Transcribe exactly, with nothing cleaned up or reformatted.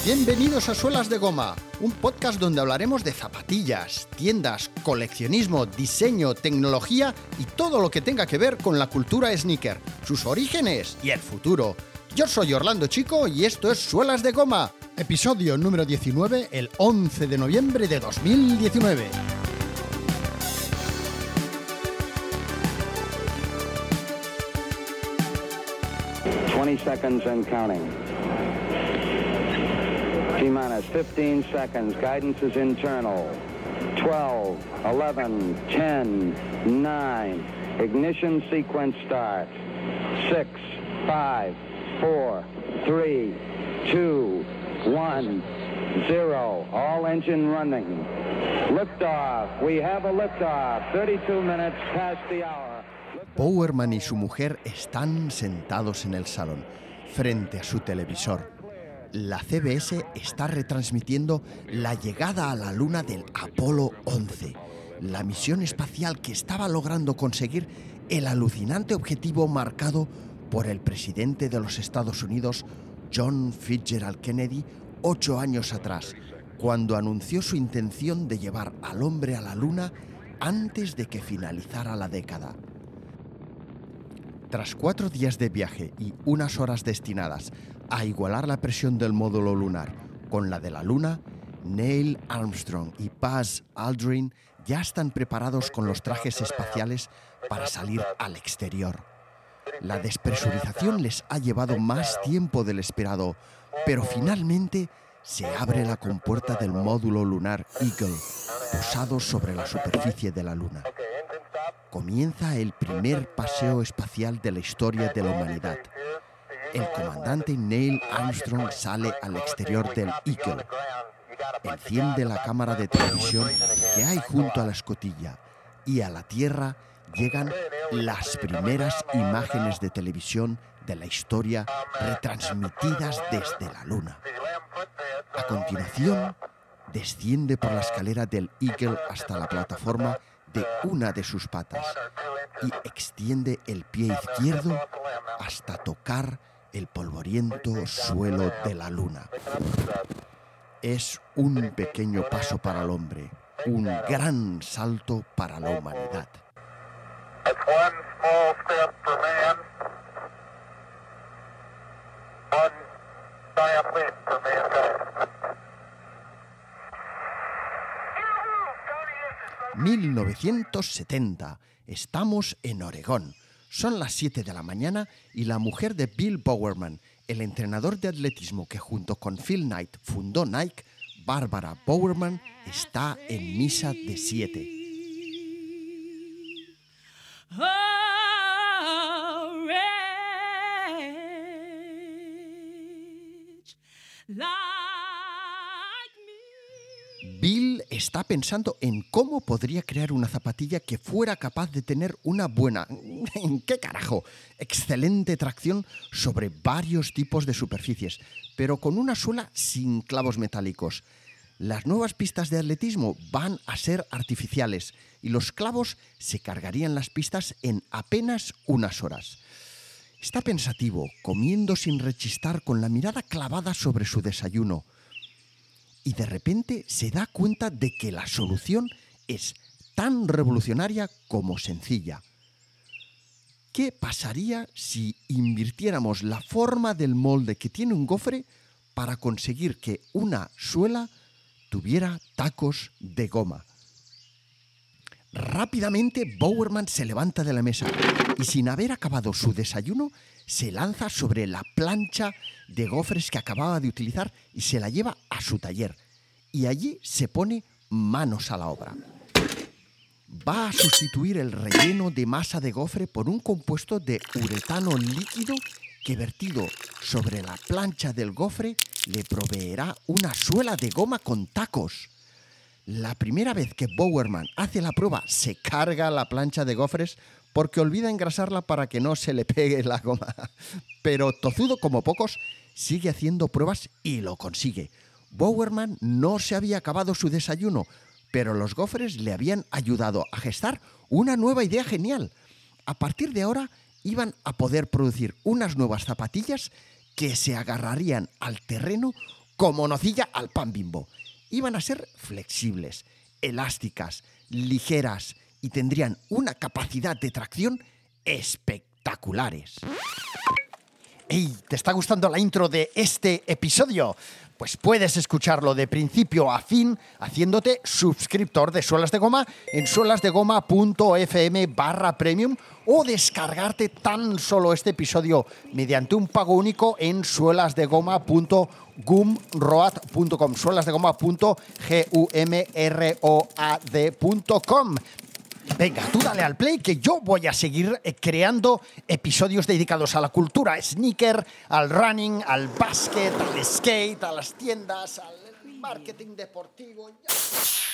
Bienvenidos a Suelas de Goma, un podcast donde hablaremos de zapatillas, tiendas, coleccionismo, diseño, tecnología y todo lo que tenga que ver con la cultura sneaker, sus orígenes y el futuro. Yo soy Orlando Chico y esto es Suelas de Goma, episodio número diecinueve, el once de noviembre de dos mil diecinueve. twenty seconds and counting. T-minus fifteen seconds. Guidance is internal. twelve, eleven, ten, nine. Ignition sequence start. six, five, four, three, two, one, zero. All engine running. Liftoff. We have a liftoff. thirty-two minutes past the hour. Bowerman y su mujer están sentados en el salón, frente a su televisor. La C B S está retransmitiendo la llegada a la Luna del Apolo once, la misión espacial que estaba logrando conseguir el alucinante objetivo marcado por el presidente de los Estados Unidos, John Fitzgerald Kennedy, ocho años atrás, cuando anunció su intención de llevar al hombre a la Luna antes de que finalizara la década. Tras cuatro días de viaje y unas horas destinadas a igualar la presión del módulo lunar con la de la Luna, Neil Armstrong y Buzz Aldrin ya están preparados con los trajes espaciales para salir al exterior. La despresurización les ha llevado más tiempo del esperado, pero finalmente se abre la compuerta del módulo lunar Eagle, posado sobre la superficie de la Luna. Comienza el primer paseo espacial de la historia de la humanidad. El comandante Neil Armstrong sale al exterior del Eagle. Enciende la cámara de televisión que hay junto a la escotilla y a la Tierra llegan las primeras imágenes de televisión de la historia retransmitidas desde la Luna. A continuación, desciende por la escalera del Eagle hasta la plataforma de una de sus patas y extiende el pie izquierdo hasta tocar el polvoriento suelo de la Luna. Es un pequeño paso para el hombre, un gran salto para la humanidad. mil novecientos setenta. Estamos en Oregón. Son las siete de la mañana y la mujer de Bill Bowerman, el entrenador de atletismo que junto con Phil Knight fundó Nike, Barbara Bowerman, está en misa de siete. Bill está pensando en cómo podría crear una zapatilla que fuera capaz de tener una buena, ¿en qué carajo?, excelente tracción sobre varios tipos de superficies, pero con una suela sin clavos metálicos. Las nuevas pistas de atletismo van a ser artificiales y los clavos se cargarían las pistas en apenas unas horas. Está pensativo, comiendo sin rechistar, con la mirada clavada sobre su desayuno. Y de repente se da cuenta de que la solución es tan revolucionaria como sencilla. ¿Qué pasaría si invirtiéramos la forma del molde que tiene un gofre para conseguir que una suela tuviera tacos de goma? Rápidamente Bowerman se levanta de la mesa y, sin haber acabado su desayuno, se lanza sobre la plancha de gofres que acababa de utilizar y se la lleva a su taller. Y allí se pone manos a la obra. Va a sustituir el relleno de masa de gofre por un compuesto de uretano líquido que, vertido sobre la plancha del gofre, le proveerá una suela de goma con tacos. La primera vez que Bowerman hace la prueba, se carga la plancha de gofres porque olvida engrasarla para que no se le pegue la goma. Pero tozudo como pocos, sigue haciendo pruebas y lo consigue. Bowerman no se había acabado su desayuno, pero los gofres le habían ayudado a gestar una nueva idea genial. A partir de ahora iban a poder producir unas nuevas zapatillas que se agarrarían al terreno como nocilla al pan Bimbo. Iban a ser flexibles, elásticas, ligeras y tendrían una capacidad de tracción espectaculares. ¡Ey! ¿Te está gustando la intro de este episodio? Pues puedes escucharlo de principio a fin haciéndote suscriptor de Suelas de Goma en suelasdegoma.fm barra premium o descargarte tan solo este episodio mediante un pago único en suelasdegoma punto gumroad punto com, suelasdegoma punto gumroad punto com. Venga, tú dale al play que yo voy a seguir creando episodios dedicados a la cultura sneaker, al running, al básquet, al skate, a las tiendas, al marketing deportivo.